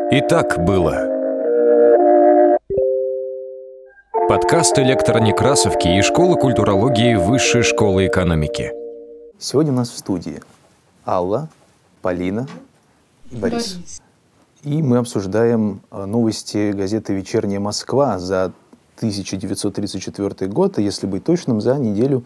И так было. Подкаст электронекрасовки и школы культурологии Высшей школы экономики. Сегодня у нас в студии Алла, Полина и Борис. И мы обсуждаем новости газеты «Вечерняя Москва» за 1934 год, а если быть точным, за неделю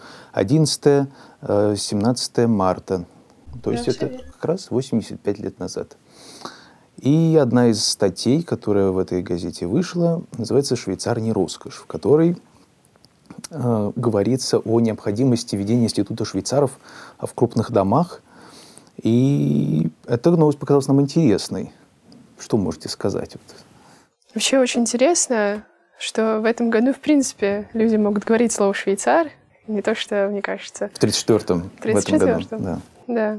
11-17 марта. То есть это как раз 85 лет назад. И одна из статей, которая в этой газете вышла, называется «Швейцар не роскошь», в которой говорится о необходимости введения института швейцаров в крупных домах. И эта новость показалась нам интересной. Что можете сказать? Вообще очень интересно, что в этом году, в принципе, люди могут говорить слово «швейцар». Не то, что, мне кажется... В 34-м. В этом году. Да.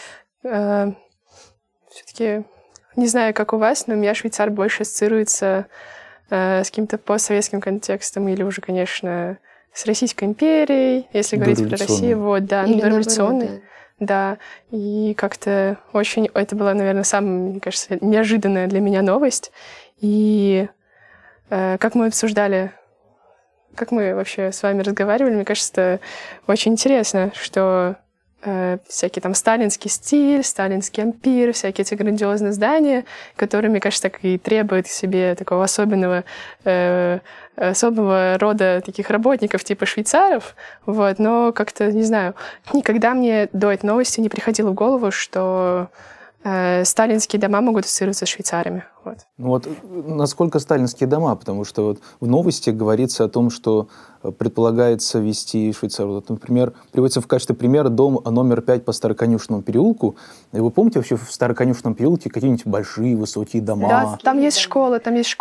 Все-таки, не знаю, как у вас, но у меня швейцар больше ассоциируется с каким-то постсоветским контекстом или уже, конечно, с Российской империей, если говорить про Россию. Вот, да, дореволюционный. Да, и как-то очень... Это была, наверное, самая, мне кажется, неожиданная для меня новость. И как мы обсуждали, как мы вообще с вами разговаривали, мне кажется, это очень интересно, что всякий там сталинский стиль, сталинский ампир, всякие эти грандиозные здания, которые, мне кажется, так и требуют к себе такого особого рода таких работников типа швейцаров, вот, но как-то, не знаю, никогда мне до этой новости не приходило в голову, что сталинские дома могут ассоциироваться с швейцарами. Вот. Вот насколько сталинские дома? Потому что вот в новости говорится о том, что предполагается ввести швейцаров. Вот, например, приводится в качестве примера дом номер 5 по Староконюшенному переулку. И вы помните вообще в Староконюшенном переулке какие-нибудь большие высокие дома? Да, там есть школа,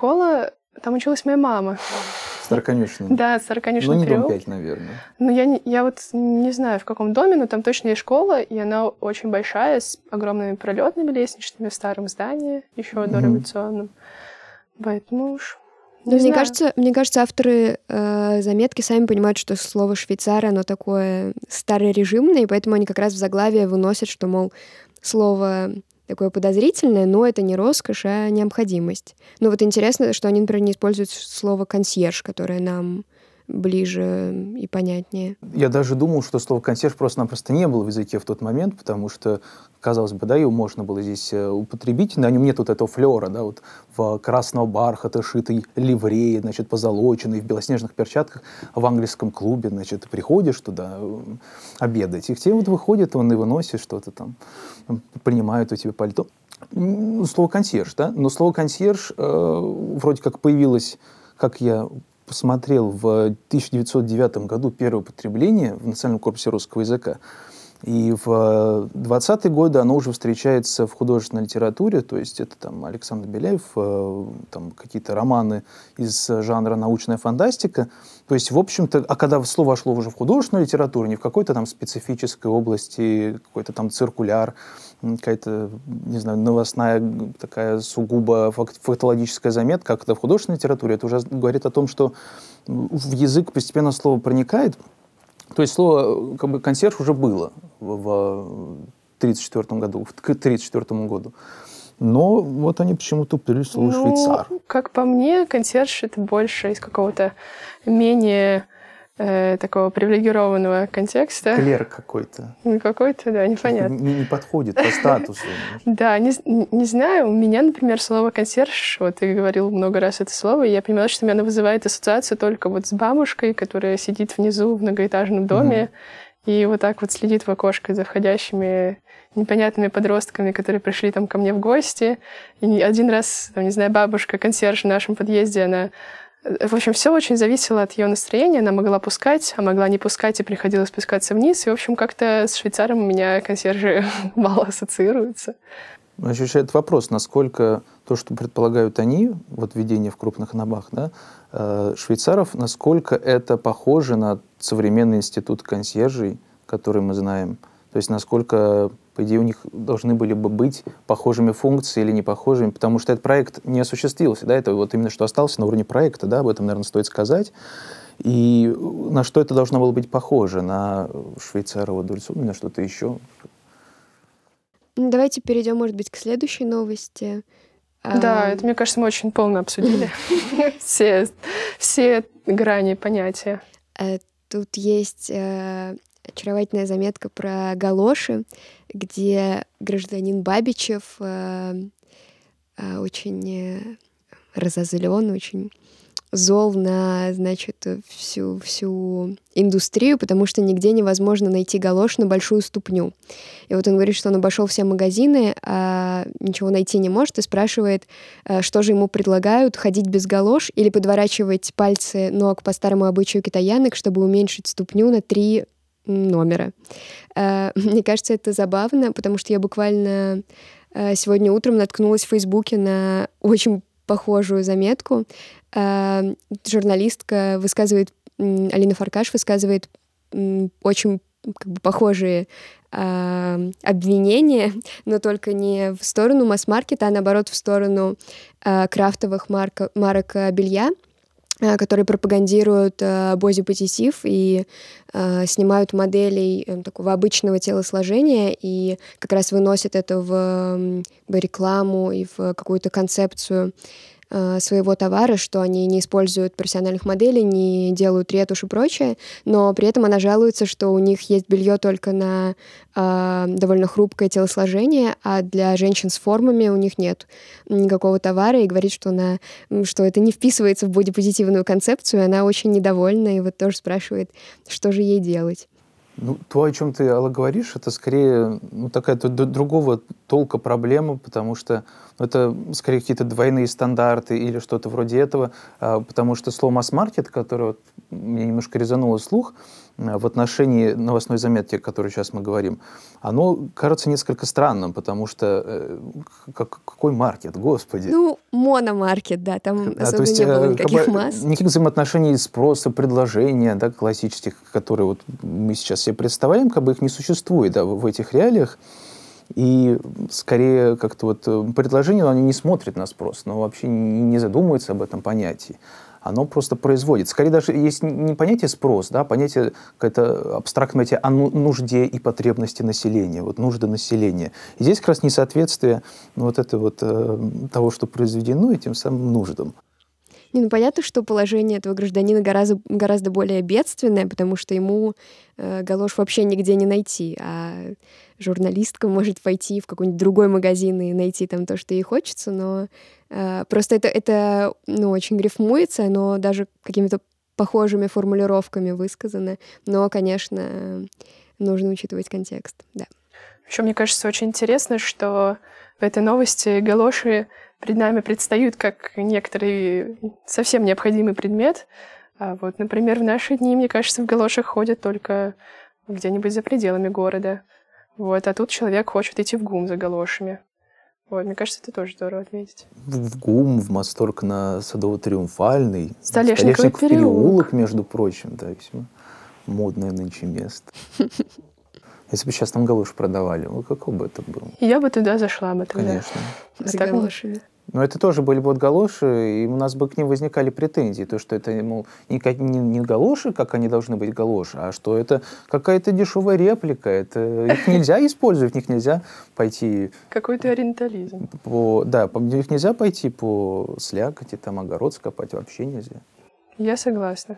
там училась моя мама. Староконюшенном? Да, Староконюшенном переулке. Ну, не дом 5, наверное. Ну, я вот не знаю, в каком доме, но там точно есть школа, и она очень большая, с огромными пролетными лестничными в старом здании, еще дореволюционном. Поэтому уж мне кажется, авторы заметки сами понимают, что слово «швейцар», оно такое старорежимное, и поэтому они как раз в заглавие выносят, что, мол, слово такое подозрительное, но это не роскошь, а необходимость. Но вот интересно, что они, например, не используют слово «консьерж», которое нам ближе и понятнее. Я даже думал, что слово «консьерж» просто-напросто не было в языке в тот момент, потому что, казалось бы, да, его можно было здесь употребить. На нем нет вот этого флера, да, вот в красного бархата шитой ливреи, значит, позолоченной, в белоснежных перчатках в английском клубе, значит, ты приходишь туда обедать, и к тебе вот выходит он и выносит что-то там, принимает у тебя пальто. Слово «консьерж», да, но слово «консьерж» вроде как появилось, как я посмотрел, в 1909 году первое употребление в Национальном корпусе русского языка. И в 20-е годы оно уже встречается в художественной литературе, то есть это там Александр Беляев, там какие-то романы из жанра научная фантастика. То есть, в общем-то, а когда слово вошло уже в художественную литературу, не в какой-то там специфической области, какой-то там циркуляр, какая-то, не знаю, новостная такая сугубо фактологическая заметка, как это в художественной литературе, это уже говорит о том, что в язык постепенно слово проникает. То есть слово как бы «консьерж» уже было в 1934 году, к 1934 году. Но вот они почему-то уперлись в слово «швейцар». Как по мне, консьерж — это больше из какого-то менее такого привилегированного контекста. Клерк какой-то. Какой-то, да, непонятно. Не подходит по статусу. Да, не знаю. У меня, например, слово «консьерж», вот ты говорил много раз это слово, и я поняла, что меня оно вызывает ассоциацию только вот с бабушкой, которая сидит внизу в многоэтажном доме и вот так вот следит в окошко за входящими непонятными подростками, которые пришли там ко мне в гости. И один раз, там, не знаю, бабушка, консьерж в нашем подъезде, она... В общем, все очень зависело от ее настроения. Она могла пускать, а могла не пускать, и приходилось спускаться вниз. И, в общем, как-то с швейцаром у меня консьержи мало ассоциируются. Ощущает вопрос, насколько то, что предполагают они, вот введение в крупных домах, да, швейцаров, насколько это похоже на современный институт консьержей, который мы знаем. То есть насколько, по идее, у них должны были бы быть похожими функции или не похожими, потому что этот проект не осуществился, да, это вот именно что остался на уровне проекта, да, об этом, наверное, стоит сказать. И на что это должно было быть похоже? На швейцарову дульцу, на что-то еще? Давайте перейдем, может быть, к следующей новости. Да, это, мне кажется, мы очень полно обсудили все грани понятия. Тут есть очаровательная заметка про галоши, где гражданин Бабичев очень разозлен, очень зол на, значит, всю индустрию, потому что нигде невозможно найти галош на большую ступню. И вот он говорит, что он обошел все магазины, а ничего найти не может, и спрашивает, что же ему предлагают, ходить без галош или подворачивать пальцы ног по старому обычаю китаянок, чтобы уменьшить ступню на 3 номера. Мне кажется, это забавно, потому что я буквально сегодня утром наткнулась в Фейсбуке на очень похожую заметку. Журналистка высказывает, Алина Фаркаш высказывает очень похожие обвинения, но только не в сторону масс-маркета, а наоборот в сторону крафтовых марок белья, которые пропагандируют бодипозитив и снимают моделей такого обычного телосложения и как раз выносят это в рекламу и в какую-то концепцию своего товара, что они не используют профессиональных моделей, не делают ретушь и прочее, но при этом она жалуется, что у них есть белье только на довольно хрупкое телосложение, а для женщин с формами у них нет никакого товара, и говорит, что это не вписывается в бодипозитивную концепцию, и она очень недовольна, и вот тоже спрашивает, что же ей делать. Ну, то, о чем ты, Алла, говоришь, это скорее такая другого толка проблема, потому что это скорее какие-то двойные стандарты или что-то вроде этого, потому что слово «масс-маркет», которое мне немножко резануло слух в отношении новостной заметки, о которой сейчас мы говорим, оно кажется несколько странным, потому что какой маркет, господи? Ну, мономаркет, да, там особо не было никаких масс. Никаких взаимоотношений спроса, предложения, да, классических, которые вот мы сейчас себе представляем, как бы их не существует, да, в этих реалиях. И скорее как-то вот предложение, оно не смотрит на спрос, но вообще не задумывается об этом понятии. Оно просто производит. Скорее даже есть не понятие спрос, да, понятие какое-то абстрактное понятие о нужде и потребности населения, вот нужды населения. И здесь как раз несоответствие вот это вот того, что произведено, и тем самым нуждам. Понятно, что положение этого гражданина гораздо более бедственное, потому что ему галош вообще нигде не найти, а журналистка может пойти в какой-нибудь другой магазин и найти там то, что ей хочется, но просто это очень грифмуется, но даже какими-то похожими формулировками высказано, но, конечно, нужно учитывать контекст, да. Еще мне кажется очень интересно, что в этой новости галоши перед нами предстают как некоторый совсем необходимый предмет. А вот, например, в наши дни, мне кажется, в галошах ходят только где-нибудь за пределами города. Вот, а тут человек хочет идти в ГУМ за галошами. Вот, мне кажется, это тоже здорово отметить. В ГУМ, в Масторг на Садово-Триумфальный. Столешниковый переулок, между прочим. Да, весьма модное нынче место. Если бы сейчас там галоши продавали, какой бы это был? Я бы туда зашла бы тогда. Конечно. С галошами. Но это тоже были бы вот галоши, и у нас бы к ним возникали претензии, то, что это, мол, не галоши, как они должны быть галоши, а что это какая-то дешевая реплика, их нельзя использовать, в них нельзя пойти... Какой-то ориентализм. В них нельзя пойти по слякоти, там огород скопать, вообще нельзя. Я согласна.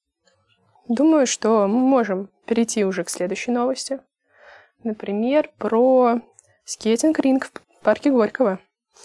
Думаю, что мы можем перейти уже к следующей новости. Например, про скейтинг-ринг в парке Горького.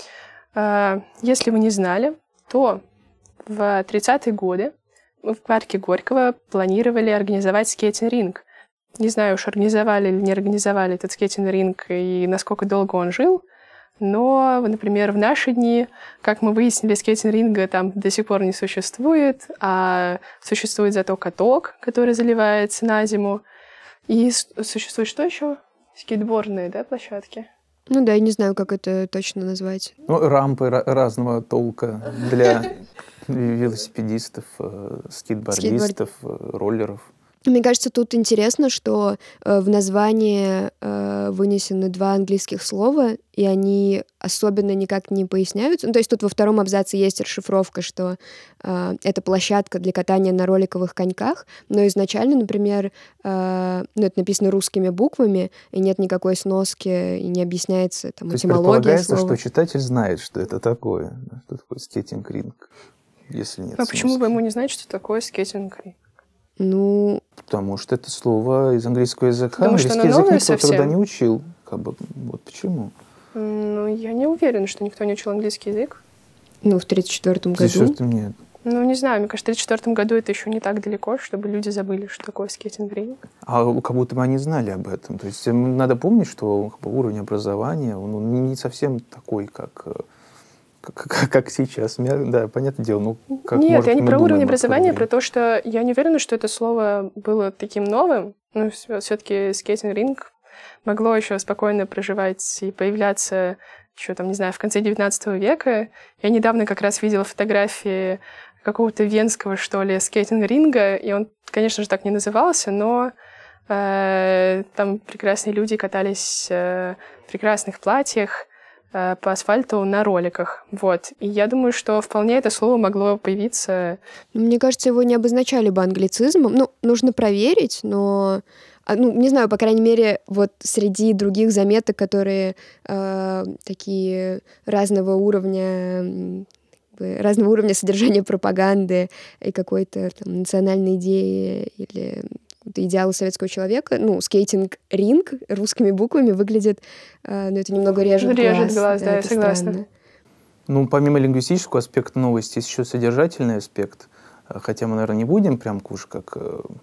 Если вы не знали, то в 30-е годы в парке Горького планировали организовать скейтинг-ринг. Не знаю уж, организовали или не организовали этот скейтинг-ринг и насколько долго он жил, но, например, в наши дни, как мы выяснили, скейтинг-ринга там до сих пор не существует, а существует зато каток, который заливается на зиму. И существует что еще? Скейтбордные, да, площадки? Ну да, я не знаю, как это точно назвать. Рампы разного толка для велосипедистов, скейтбордистов, роллеров. Мне кажется, тут интересно, что в названии вынесены 2 английских слова, и они особенно никак не поясняются. Ну, то есть тут во втором абзаце есть расшифровка, что это площадка для катания на роликовых коньках, но изначально, например, это написано русскими буквами, и нет никакой сноски, и не объясняется там этимология слова. Что читатель знает, что это такое, что такое скейтинг-ринг, если нет сноски. Почему бы ему не знать, что такое скейтинг-ринг? Ну... Потому что это слово из английского языка. Потому что английский язык никто совсем тогда не учил. Вот почему. Ну, я не уверена, что никто не учил английский язык. Ну, в 1934 году. В 1934 нет. Ну, не знаю, мне кажется, в 1934 году это еще не так далеко, чтобы люди забыли, что такое скейтинг-ринг. А как будто бы они знали об этом. То есть надо помнить, что уровень образования, он не совсем такой, как сейчас. Да, понятное дело. Ну, как, нет, может, я не про уровень думаем, образования, про то, что я не уверена, что это слово было таким новым. Ну, все-таки скейтинг-ринг могло еще спокойно проживать и появляться еще, там, не знаю, в конце 19 века. Я недавно как раз видела фотографии какого-то венского, что ли, скейтинг-ринга, и он, конечно же, так не назывался, но там прекрасные люди катались в прекрасных платьях по асфальту на роликах. Вот. И я думаю, что вполне это слово могло появиться. Мне кажется, его не обозначали бы англицизмом. Ну, нужно проверить, но... Ну, не знаю, по крайней мере, вот среди других заметок, которые такие разного уровня содержания пропаганды и какой-то там национальной идеи или идеала советского человека, ну, скейтинг-ринг русскими буквами выглядит, ну, это немного режет глаз. Да, я согласна. Странно. Ну, помимо лингвистического аспекта новости, есть еще содержательный аспект. Хотя мы, наверное, не будем прям уж как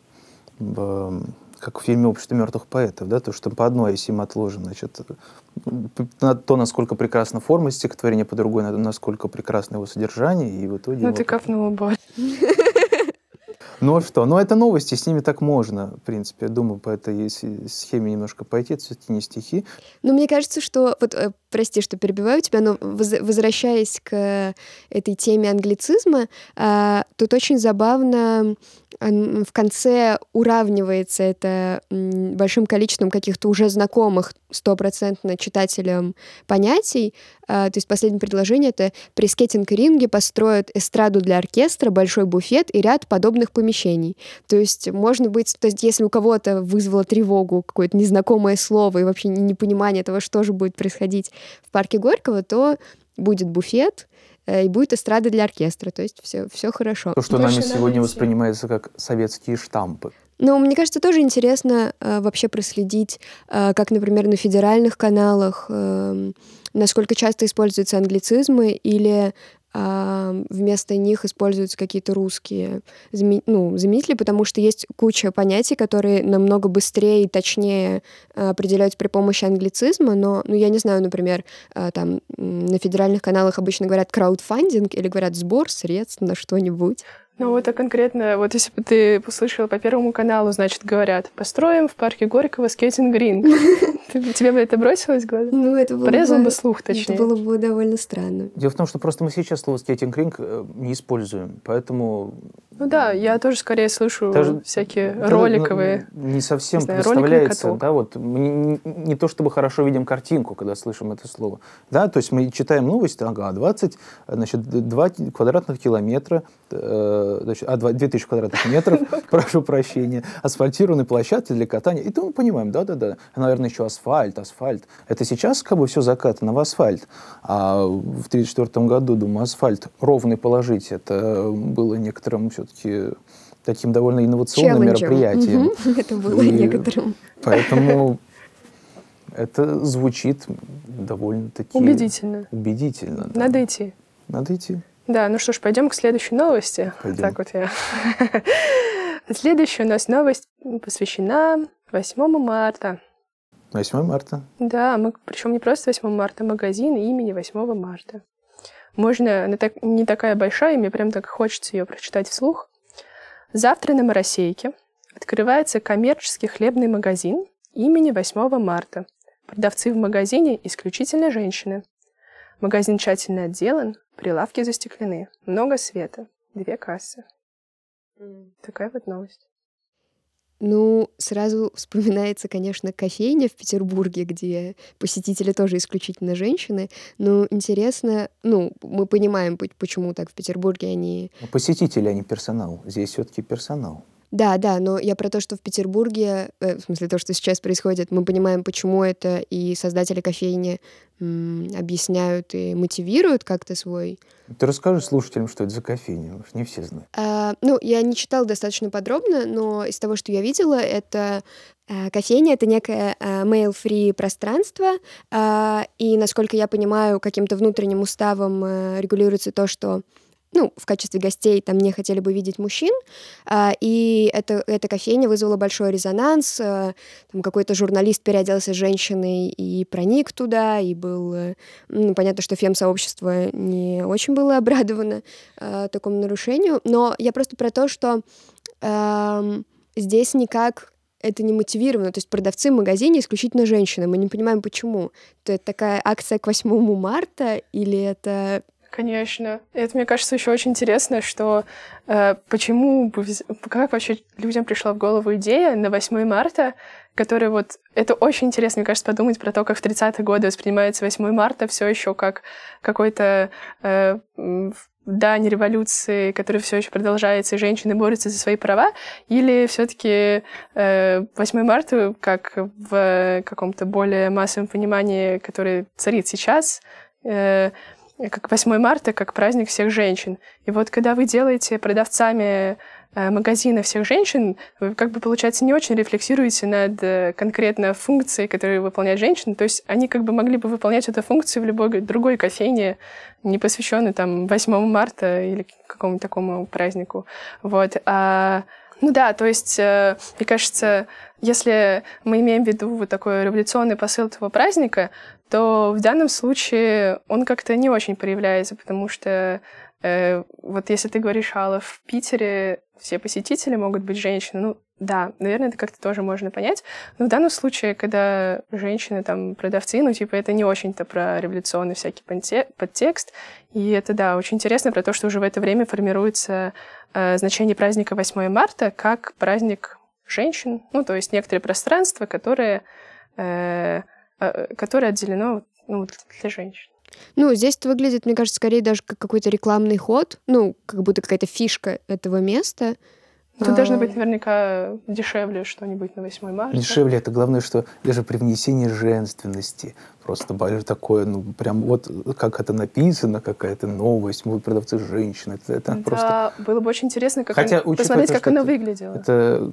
в фильме «Общество мертвых поэтов», да, то, что по одной оси мы отложим, значит, то, насколько прекрасна форма стихотворения, по другой, насколько прекрасно его содержание, и в итоге... Ну, ты копнула, боже. Ну а что? Ну это новости, с ними так можно, в принципе. Я думаю, по этой схеме немножко пойти, это все-таки не стихи. Ну, мне кажется, что... Вот, прости, что перебиваю тебя, но возвращаясь к этой теме англицизма, тут очень забавно в конце уравнивается это большим количеством каких-то уже знакомых 100% читателям понятий. То есть последнее предложение — это «при скейтинг-ринге построят эстраду для оркестра, большой буфет и ряд подобных помещений». То есть, может быть, если у кого-то вызвало тревогу какое-то незнакомое слово и вообще непонимание того, что же будет происходить в парке Горького, то будет буфет, и будет эстрада для оркестра. То есть все хорошо. То, что нами сегодня воспринимается как советские штампы. Ну, мне кажется, тоже интересно вообще проследить, как, например, на федеральных каналах, насколько часто используются англицизмы или вместо них используются какие-то русские заменители, потому что есть куча понятий, которые намного быстрее и точнее определяются при помощи англицизма, но я не знаю, например, там на федеральных каналах обычно говорят краудфандинг или говорят сбор средств на что-нибудь. Ну, вот конкретно, вот если бы ты услышала по Первому каналу, значит, говорят, построим в парке Горького скейтинг-ринг. Тебе бы это бросилось в глаза? Ну, это было порезал бы слух, точнее. Это было бы довольно странно. Дело в том, что просто мы сейчас слово скейтинг-ринг не используем, поэтому... Ну да, я тоже скорее слышу всякие роликовые... Не совсем представляется, да, вот мы не то чтобы хорошо видим картинку, когда слышим это слово. Да, то есть мы читаем новость, 2 квадратных километра, 2000 квадратных метров, прошу прощения, асфальтированные площадки для катания. И то мы понимаем, да-да-да. Наверное, еще асфальт. Это сейчас как бы все закатано в асфальт. А в 1934 году, думаю, асфальт ровный положить, это было некоторым все-таки таким довольно инновационным мероприятием. Это было некоторым. Поэтому это звучит довольно-таки... Убедительно. Да. Надо идти. Да, ну что ж, пойдем к следующей новости. Пойдем. Так вот я. Следующая у нас новость посвящена 8 марта. 8 марта? Да, причем не просто 8 марта, магазин имени 8 марта. Можно, она не такая большая, и мне прям так хочется ее прочитать вслух. Завтра на Моросейке открывается коммерческий хлебный магазин имени 8 марта. Продавцы в магазине исключительно женщины. Магазин тщательно отделан, прилавки застеклены, много света, 2 кассы. Такая вот новость. Ну, сразу вспоминается, конечно, кофейня в Петербурге, где посетители тоже исключительно женщины. Но интересно, ну, мы понимаем, почему так в Петербурге они... Посетители, а не персонал. Здесь все-таки персонал. Да, но я про то, что в Петербурге, в смысле то, что сейчас происходит, мы понимаем, почему это, и создатели кофейни объясняют и мотивируют как-то свой... Ты расскажи слушателям, что это за кофейня, потому что не все знают. Ну, я не читала достаточно подробно, но из того, что я видела, это кофейня — это некое mail-free пространство, и, насколько я понимаю, каким-то внутренним уставом регулируется то, что в качестве гостей там не хотели бы видеть мужчин, и эта кофейня вызвала большой резонанс, там какой-то журналист переоделся женщиной и проник туда, и был... понятно, что фем-сообщество не очень было обрадовано такому нарушению, но я просто про то, что здесь никак это не мотивировано, то есть продавцы в магазине исключительно женщины, мы не понимаем, почему. Это такая акция к 8 марта, или это... Конечно. И это, мне кажется, еще очень интересно, что как вообще людям пришла в голову идея на 8 марта, которая это очень интересно, мне кажется, подумать про то, как в 30-е годы воспринимается 8 марта все еще как какой-то дань революции, которая все еще продолжается, и женщины борются за свои права, или все-таки 8 марта, как в каком-то более массовом понимании, которое царит сейчас, как 8 марта, как праздник всех женщин. И когда вы делаете продавцами магазина всех женщин, вы получается, не очень рефлексируете над конкретно функцией, которую выполняют женщины. То есть они могли бы выполнять эту функцию в любой другой кофейне, не посвященной 8 марта или какому-нибудь такому празднику. То есть, мне кажется, если мы имеем в виду такой революционный посыл этого праздника, то в данном случае он как-то не очень проявляется, потому что если ты говоришь, Алла, в Питере все посетители могут быть женщины, да, наверное, это как-то тоже можно понять, но в данном случае, когда женщины, продавцы, это не очень-то про революционный всякий подтекст, и это, да, очень интересно про то, что уже в это время формируется значение праздника 8 марта как праздник женщин, то есть некоторое пространство, которое отделено для женщин. Здесь это выглядит, мне кажется, скорее даже как какой-то рекламный ход, как будто какая-то фишка этого места. Тут должно быть наверняка дешевле что-нибудь на 8 марта. Дешевле, это главное, что даже при внесении женственности. Просто такое, прям как это написано, какая-то новость, мы продавцы женщин. Это просто... было бы очень интересно посмотреть, как оно выглядело. Это,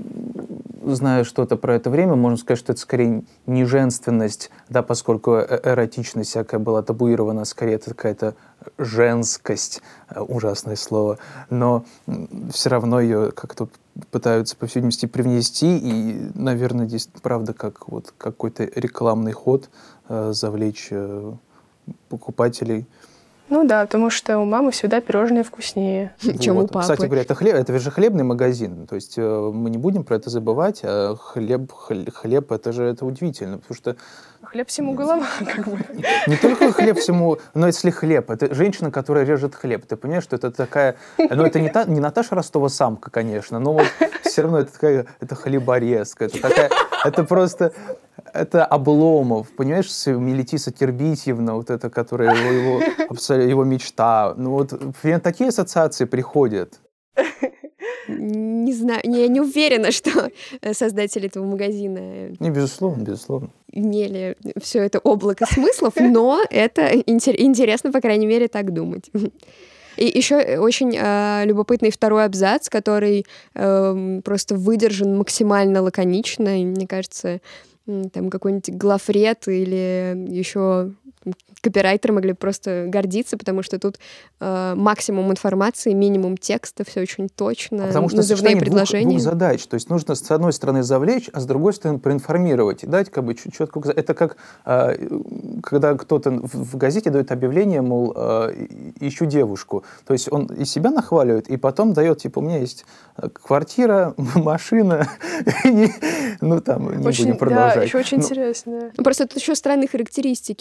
зная что-то про это время, можно сказать, что это скорее не женственность, да, поскольку эротичность всякая была табуирована, скорее это какая-то женскость, ужасное слово, но все равно ее как-то пытаются, по всей видимости, привнести, и, наверное, здесь, правда, как какой-то рекламный ход завлечь покупателей. Да, потому что у мамы всегда пирожные вкуснее, чем у папы. Кстати говоря, это же хлебный магазин, то есть мы не будем про это забывать, а хлеб, это удивительно, потому что... Хлеб всему голова, Не только хлеб всему, но если хлеб, это женщина, которая режет хлеб, ты понимаешь, что это такая... это не Наташа Ростова-самка, конечно, но все равно это хлеборезка, это просто... Это Обломов, понимаешь, Мелитиса Тербитьевна, которая его мечта. Такие ассоциации приходят. Не знаю, я не уверена, что создатели этого магазина... Безусловно. Имели все это облако смыслов, но это интересно, по крайней мере, так думать. И еще очень любопытный второй абзац, который просто выдержан максимально лаконично, и, мне кажется, там какой-нибудь главред или еще копирайтеры могли просто гордиться, потому что тут максимум информации, минимум текста, все очень точно, потому что назывные предложения. Двух задач. То есть нужно с одной стороны завлечь, а с другой стороны проинформировать и дать четко. Это как когда кто-то в газете дает объявление, мол, ищу девушку. То есть он и себя нахваливает, и потом дает, у меня есть квартира, машина, не будем продолжать. Да, еще очень интересно. Просто тут еще странные характеристики.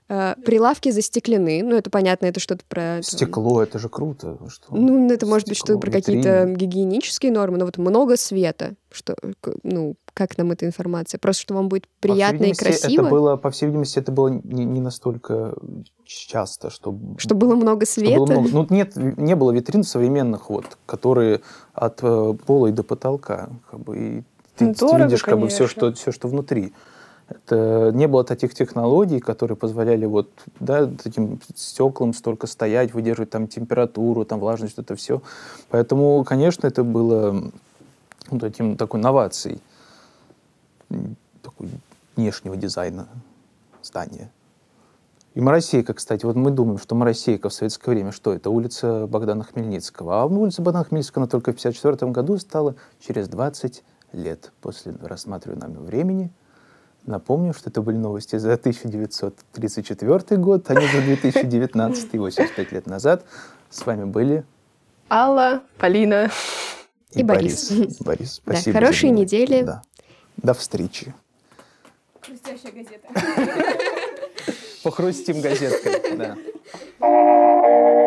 Прилавки застеклены, ну, это понятно, это что-то про... Стекло, это же круто. Что? Ну, это может быть Стекло, что-то про витрины. какие-то гигиенические нормы, но вот много света, что, ну, как нам эта информация? Просто, что вам будет приятно и красиво? По всей видимости, это было не настолько часто, что было много света? Ну, нет, не было витрин современных, вот, которые от пола и до потолка, как бы, и ты видишь как бы все, что внутри. Это не было таких технологий, которые позволяли вот, да, таким стеклам столько стоять, выдерживать там температуру, там влажность, это все. Поэтому, конечно, это было такой новацией, такой внешнего дизайна здания. И Моросейка, кстати, вот мы думаем, что Моросейка в советское время, что это? Улица Богдана Хмельницкого. А улица Богдана Хмельницкого, она только в 1954 году стала через 20 лет после рассматриваемого времени. Напомню, что это были новости за 1934 год, а не за 2019, 85 лет назад. С вами были Алла, Полина и Борис. Борис, да, спасибо. хорошей недели. Да. До встречи. Хрустящая газета. Похрустим газеткой, да.